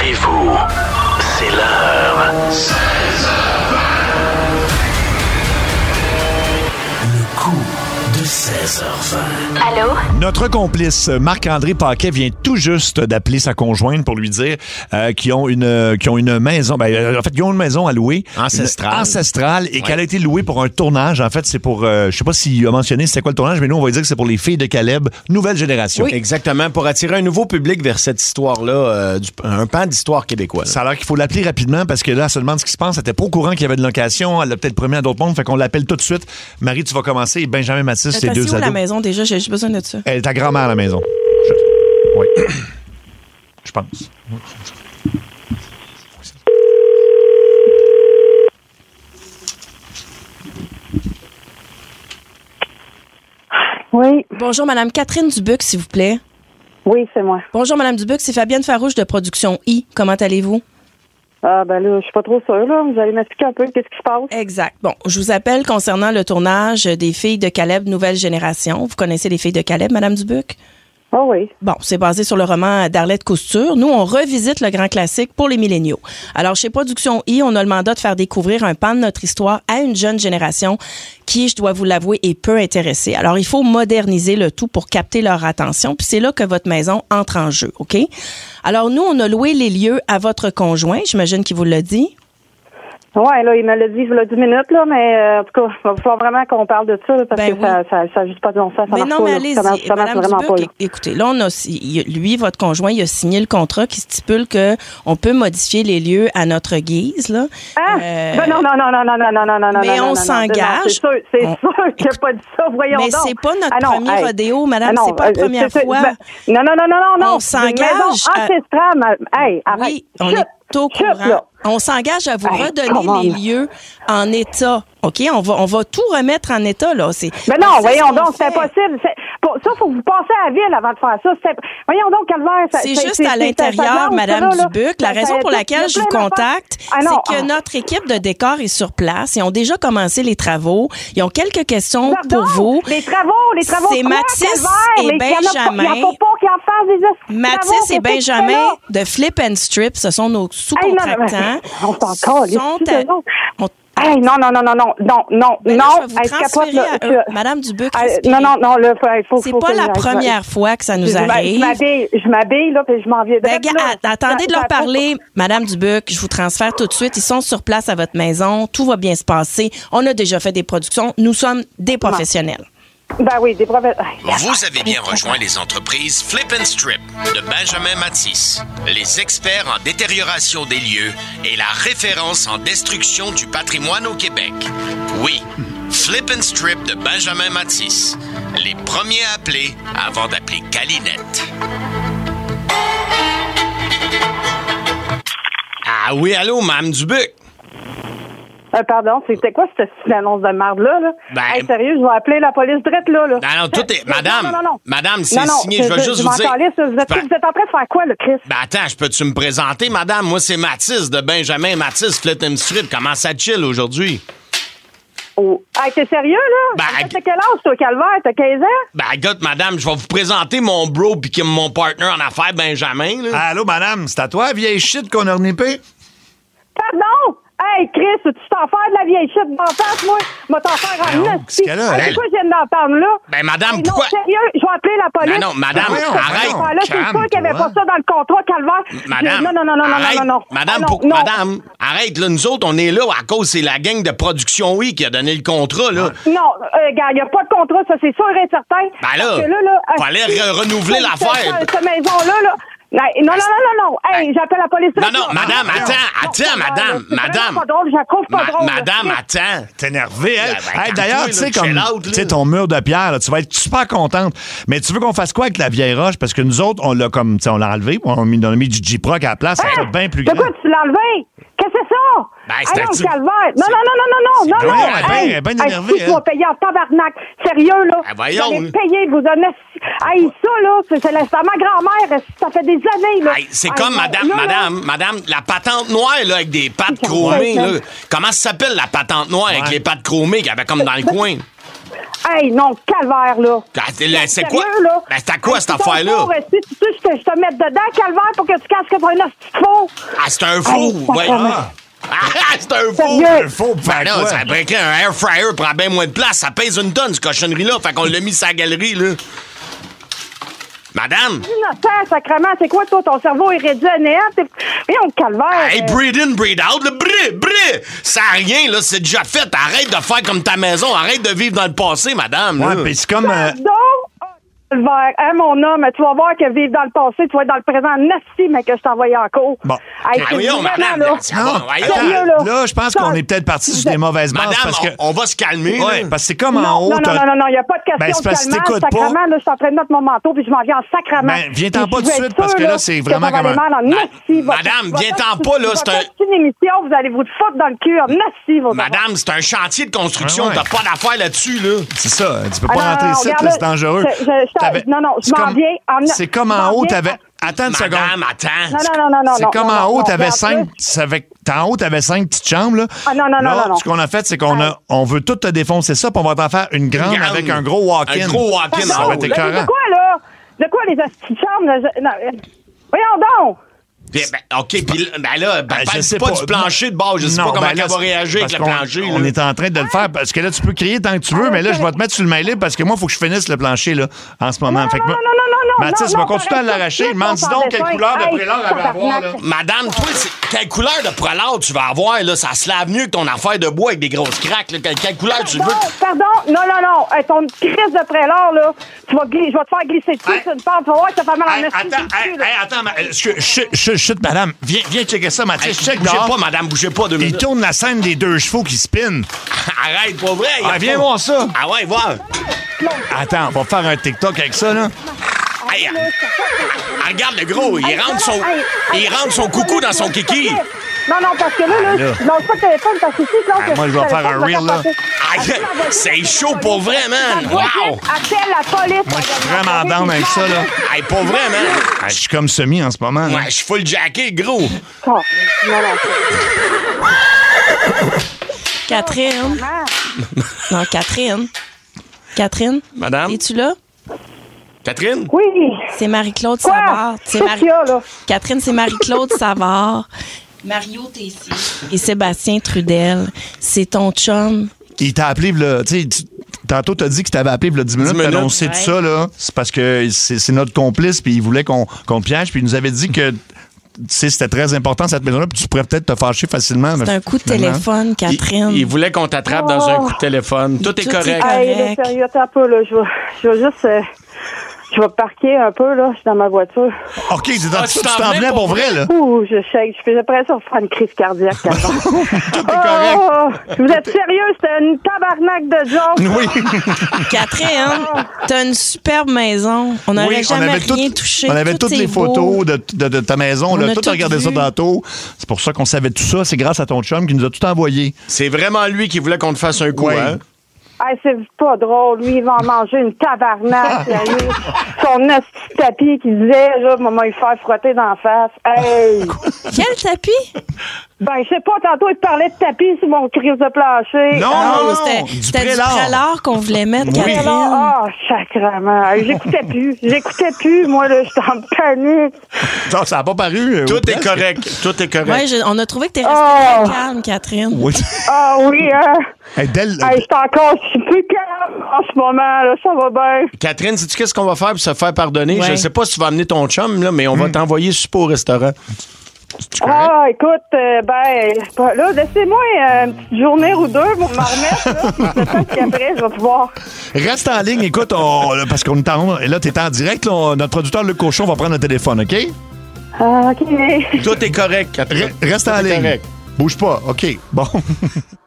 Préparez-vous, c'est l'heure. 16h20. Le coup de 16h20. Allô? Notre complice Marc-André Paquet vient tout juste d'appeler sa conjointe pour lui dire qu'ils ont une maison. En fait, ils ont une maison à louer. Ancestrale. Et qu'elle a été louée pour un tournage. En fait, c'est pour... je sais pas s'il a mentionné c'était quoi le tournage, mais nous, on va dire que c'est pour les filles de Caleb, nouvelle génération. Oui, exactement. Pour attirer un nouveau public vers cette histoire-là, un pan d'histoire québécoise. Ça a l'air qu'il faut l'appeler rapidement parce que là, elle se demande ce qui se passe. Elle était pas au courant qu'il y avait de location. Elle l'a peut-être promis à d'autres mondes. Fait qu'on l'appelle tout de suite. Marie, tu vas commencer. Et Benjamin Mathis, c'est deux ados. La maison déjà, j'ai besoin de ça. Elle est ta grand-mère à la maison. Oui. Je pense. Oui. Bonjour, Madame Catherine Dubuc, s'il vous plaît. Oui, c'est moi. Bonjour, Madame Dubuc, c'est Fabienne Farouche de Production I. Comment allez-vous? Ah, ben là, je suis pas trop sûre, là. Vous allez m'expliquer un peu qu'est-ce qui se passe? Exact. Bon, je vous appelle concernant le tournage des filles de Caleb, nouvelle génération. Vous connaissez les filles de Caleb, Madame Dubuc? Ah oui. Bon, c'est basé sur le roman d'Arlette Cousture. Nous, on revisite le grand classique pour les milléniaux. Alors, chez Production I, on a le mandat de faire découvrir un pan de notre histoire à une jeune génération qui, je dois vous l'avouer, est peu intéressée. Alors, il faut moderniser le tout pour capter leur attention. Puis c'est là que votre maison entre en jeu, OK? Alors, nous, on a loué les lieux à votre conjoint. J'imagine qu'il vous l'a dit. Ouais, là, il me l'a dit il y a 10 minutes, là, mais en tout cas, il va falloir vraiment qu'on parle de ça, là, parce que ça n'a juste pas de bon sens. Mais non, mais allez-y, Madame vraiment Dubuc, pas, là. écoutez, là, lui, votre conjoint, il a signé le contrat qui stipule que on peut modifier les lieux à notre guise, là. Ah! Non. Mais on s'engage. C'est sûr qu'il n'a pas dit ça, voyons donc. Mais c'est pas notre premier rodéo, madame, c'est pas la première fois. Non. On s'engage. Ancestrale, arrête. Oui, on est au courant. On s'engage à vous redonner les lieux en état. OK? On va tout remettre en état, là. Mais non, voyons donc, c'est impossible. Ça, il faut que vous passiez à la ville avant de faire ça. Voyons donc, Calvaire. C'est juste à l'intérieur, Madame Dubuc. La raison pour laquelle je vous contacte, c'est que notre équipe de décor est sur place. Ils ont déjà commencé les travaux. Ils ont quelques questions pour vous. Les travaux. C'est Mathis et Benjamin. Mathis et Benjamin de Flip and Strip. Ce sont nos sous-contractants. On s'en calisse. Non. Je vais vous transférer à eux. Madame Dubuc, non, là, il faut... C'est pas la première fois que ça nous arrive. Je m'habille, là, puis je m'en viens. Attendez de leur parler. Madame Dubuc, je vous transfère tout de suite. Ils sont sur place à votre maison. Tout va bien se passer. On a déjà fait des productions. Nous sommes des professionnels. Ben oui, des professionnels. Vous avez bien rejoint les entreprises Flip and Strip de Benjamin Mathis, les experts en détérioration des lieux et la référence en destruction du patrimoine au Québec. Oui, Flip and Strip de Benjamin Mathis, les premiers à appeler avant d'appeler Calinette. Ah oui, allô, Mme Dubuc? Pardon, c'était quoi cette annonce de merde-là? Là? Sérieux, je vais appeler la police drette là. Non, tout est... Madame, c'est signé, je veux juste vous dire... Vous êtes en train de faire quoi, là, Chris? Attends, peux-tu me présenter, madame? Moi, c'est Mathis de Benjamin Mathis, Flip and Strip. Comment ça chill aujourd'hui? Oh. T'es sérieux, là? T'as quel âge, toi, Calvaire? T'as 15 ans? Écoute, madame, je vais vous présenter mon bro puis mon partner en affaires, Benjamin. Là. Allô, madame, c'est à toi, vieille shit qu'on a renippé? Pardon? Hey, Chris, tu t'en fais de la vieille shit d'en face, moi? Moi, t'en faire en c'est quoi je viens d'entendre, là? Madame, non, pourquoi? Sérieux, je vais appeler la police. Non, madame, arrête. Là, c'est sûr qu'il n'y avait pas ça dans le contrat, Calvaire. Madame, non. Madame, arrête, là, nous autres, on est là à cause, c'est la gang de Production Oui qui a donné le contrat, là. Non, gars, il n'y a pas de contrat, ça, c'est sûr et certain. Fallait renouveler l'affaire. Cette maison-là, là. Non. Hey, j'appelle la police. Non, madame, attends, madame. C'est pas drôle, je la trouve pas drôle. Madame, attends. T'es énervé, hein? D'ailleurs, tu sais, comme ton mur de pierre, là, tu vas être super contente. Mais tu veux qu'on fasse quoi avec la vieille roche? Parce que nous autres, on l'a comme, on l'a enlevé, on a mis du J-Proc à la place, ça fait bien plus grand. De quoi tu l'as enlevé? Qu'est-ce que c'est ça? C'est Calvaire. Non. Elle est bien énervée. Tu vas payer en tabarnak. Sérieux, là. Voyons. Vous allez payer, vous donner... Hey, ça, là, c'est ma grand-mère. Ça fait des années, là. C'est comme madame, la patente noire, là, avec des pattes chromées, là. Comment ça s'appelle, la patente noire avec les pattes chromées qu'il y avait comme dans le coin? Hey, non, calvaire, là. C'est quoi? Sérieux, là? Ben, c'est à quoi, cette affaire-là? Tu sais, je te mette dedans, calvaire, pour que tu casses que t'as un hostie de faux. Ah, c'est un faux! Ouais. C'est un faux! Sérieux? Un faux, Ben non, ça prend qu'un air fryer prend bien moins de place. Ça pèse une tonne, cette cochonnerie-là. Fait qu'on l'a mis sur la galerie, là. Madame! Innocent, sacrement, c'est quoi, toi? Ton cerveau est réduit à néant? Voyons, calvaire. Hey, breathe in, breathe out, le bré! Ça a rien, là, c'est déjà fait. Arrête de faire comme ta maison. Arrête de vivre dans le passé, madame. Ouais, là. mais c'est comme... Pardon? Calvaire. Hein, mon homme, tu vas voir que vivre dans le passé, tu vas être dans le présent. Merci, mais que je t'envoyais en cours. Bon. Hey, c'est voyons, vraiment, madame, là. c'est bon, voyons. Sérieux, Là, je pense qu'on est peut-être parti sur des mauvaises bases. Madame, parce que... on va se calmer. Ouais, là. parce que c'est comme en haut... Non, il n'y a pas de question Ben, c'est de parce que calmant. t'écoutes pas. Sacrement, là, je suis en train de mettre mon manteau, puis je m'en viens en sacrament. Ben, viens-t'en Puis pas je tout de veux suite, être parce que sûre, là, c'est que vraiment ça va aller comme un- mal en Merci, Madame, viens-t'en pas, là, c'est un... C'est une émission, vous allez vous foutre dans le cul. Merci, vos Madame, c'est un chantier de construction. Ouais, ouais. T'as pas d'affaire là-dessus, là. C'est ça, tu peux pas rentrer ici, là, c'est dangereux. Non, je m'en viens. C'est comme en haut, t'avais... Attends une seconde. Madame, attends. Non. C'est comme en haut, t'avais en 5... En haut, t'avais 5 petites chambres, là. Ah, non. Là, ce qu'on a fait, c'est on veut tout te défoncer ça, puis on va t'en faire une grande avec un gros walk-in. Un gros walk-in Ça en va haut. être écœurant. De quoi, là? De quoi, les astuces de chambre? Voyons donc! OK, puis là, je sais pas pas. du plancher de base. Je sais Non, pas comment ben là, elle va réagir avec parce le qu'on- plancher. On là. est en train de le faire, parce que là, tu peux crier tant que tu veux, mais là, je vais te mettre sur le main libre, parce que moi, il faut que je finisse le plancher, là, en ce moment. Fait que moi- Mathis va continuer à l'arracher. Demande donc quelle couleur de prélat elle va avoir, là. Madame, toi, quelle couleur de prélard tu vas avoir, là? Ça se lave mieux que ton affaire de bois avec des grosses craques, là. Quelle couleur tu veux? Pardon, non. Hey, ton crise de prélat, là, je vais te faire glisser dessus sur une pente. Tu vas voir que ça fait mal en esti. Attends, chut, madame. Viens checker ça, Mathis. Check Bougez dehors. pas, madame, bougez pas. 2 Il minutes. tourne la scène des 2 chevaux qui spinent. Arrête, pas vrai. Viens voir ça. Ah ouais, voir. Attends, on va faire un TikTok avec ça, là. Hey, regarde le gros, il rentre son coucou dans son kiki. Non, parce que là, je lance pas le téléphone parce que ici, moi, je vais faire un reel, là. C'est chaud pour vrai, man. Wow. Appelle la police. Moi, je suis vraiment down avec ça, là. Hey, pas vrai, man. Je suis comme semi en ce moment, là. Ouais, je suis full jacké, gros. Catherine. Non, Catherine, Madame? es-tu là? Catherine? Oui. C'est Marie-Claude Quoi? Savard. Qu'est-ce qu'il y a, là? Catherine, c'est Marie-Claude Savard. Mario Tessier et Sébastien Trudel. C'est ton chum. Il t'a appelé, là, tu sais, tantôt, t'as dit qu'il t'avait appelé, là, 10 minutes, 10 minutes. puis on sait tout ça, là. C'est parce que c'est notre complice, puis il voulait qu'on le piège, puis il nous avait dit que, tu sais, c'était très important, cette maison-là, puis tu pourrais peut-être te fâcher facilement. C'est un coup de finalement. téléphone, Catherine. Il voulait qu'on t'attrape dans un coup de téléphone. Tout est correct. Hey, là, sérieux, attends un peu, là. Je vais juste... je vais parquer un peu, là. Je suis dans ma voiture. OK, tu t'en venais pour vrai, là. Ouh, je shake. Je faisais presque faire une crise cardiaque. Tout est correct. Vous êtes sérieux? C'était une tabarnak de joke. Oui. Catherine, t'as une superbe maison. On n'aurait Oui, jamais avait rien toutes- touché. On avait Tout toutes est les beau. photos de ta maison. On On a a tout tout regardé ça vu. tantôt. C'est pour ça qu'on savait tout ça. C'est grâce à ton chum qui nous a tout envoyé. C'est vraiment lui qui voulait qu'on te fasse un coup, Oui. hein? Hey, c'est pas drôle. Lui, il va en manger une tabarnak, sérieux. Son petit tapis qui disait, là, maman, il faire frotter dans la face. Hey! Quel tapis? Ben, je sais pas, tantôt, il parlait de tapis sur mon crise de plancher. Non, C'était du prélard. prélard qu'on voulait mettre, Oui. Catherine. Ah, sacrément. Hey, J'écoutais plus. Moi, là, j'étais en panique. Ça n'a pas paru. Tout ou est presque. correct. Tout est correct. Ouais, on a trouvé que t'es restée Oh. très calme, Catherine. Oui. Ah oui, hein? Hey, Hey, j'étais encore plus calme en ce moment, là. Ça va bien. Catherine, sais-tu qu'est-ce qu'on va faire pour se faire pardonner? Ouais. Je sais pas si tu vas amener ton chum, là, mais on va t'envoyer super au restaurant. Ah, écoute, là, laissez-moi une petite journée ou deux pour m'en remettre, là. Peut-être qu'après, je vais pouvoir. Reste en ligne, écoute, parce qu'on est en... Et là, t'es en direct, là, notre producteur Luc Cochon va prendre le téléphone, OK? Ah, OK. Tout est correct, Catherine. Reste en Tout est ligne. correct. Bouge pas, OK. Bon.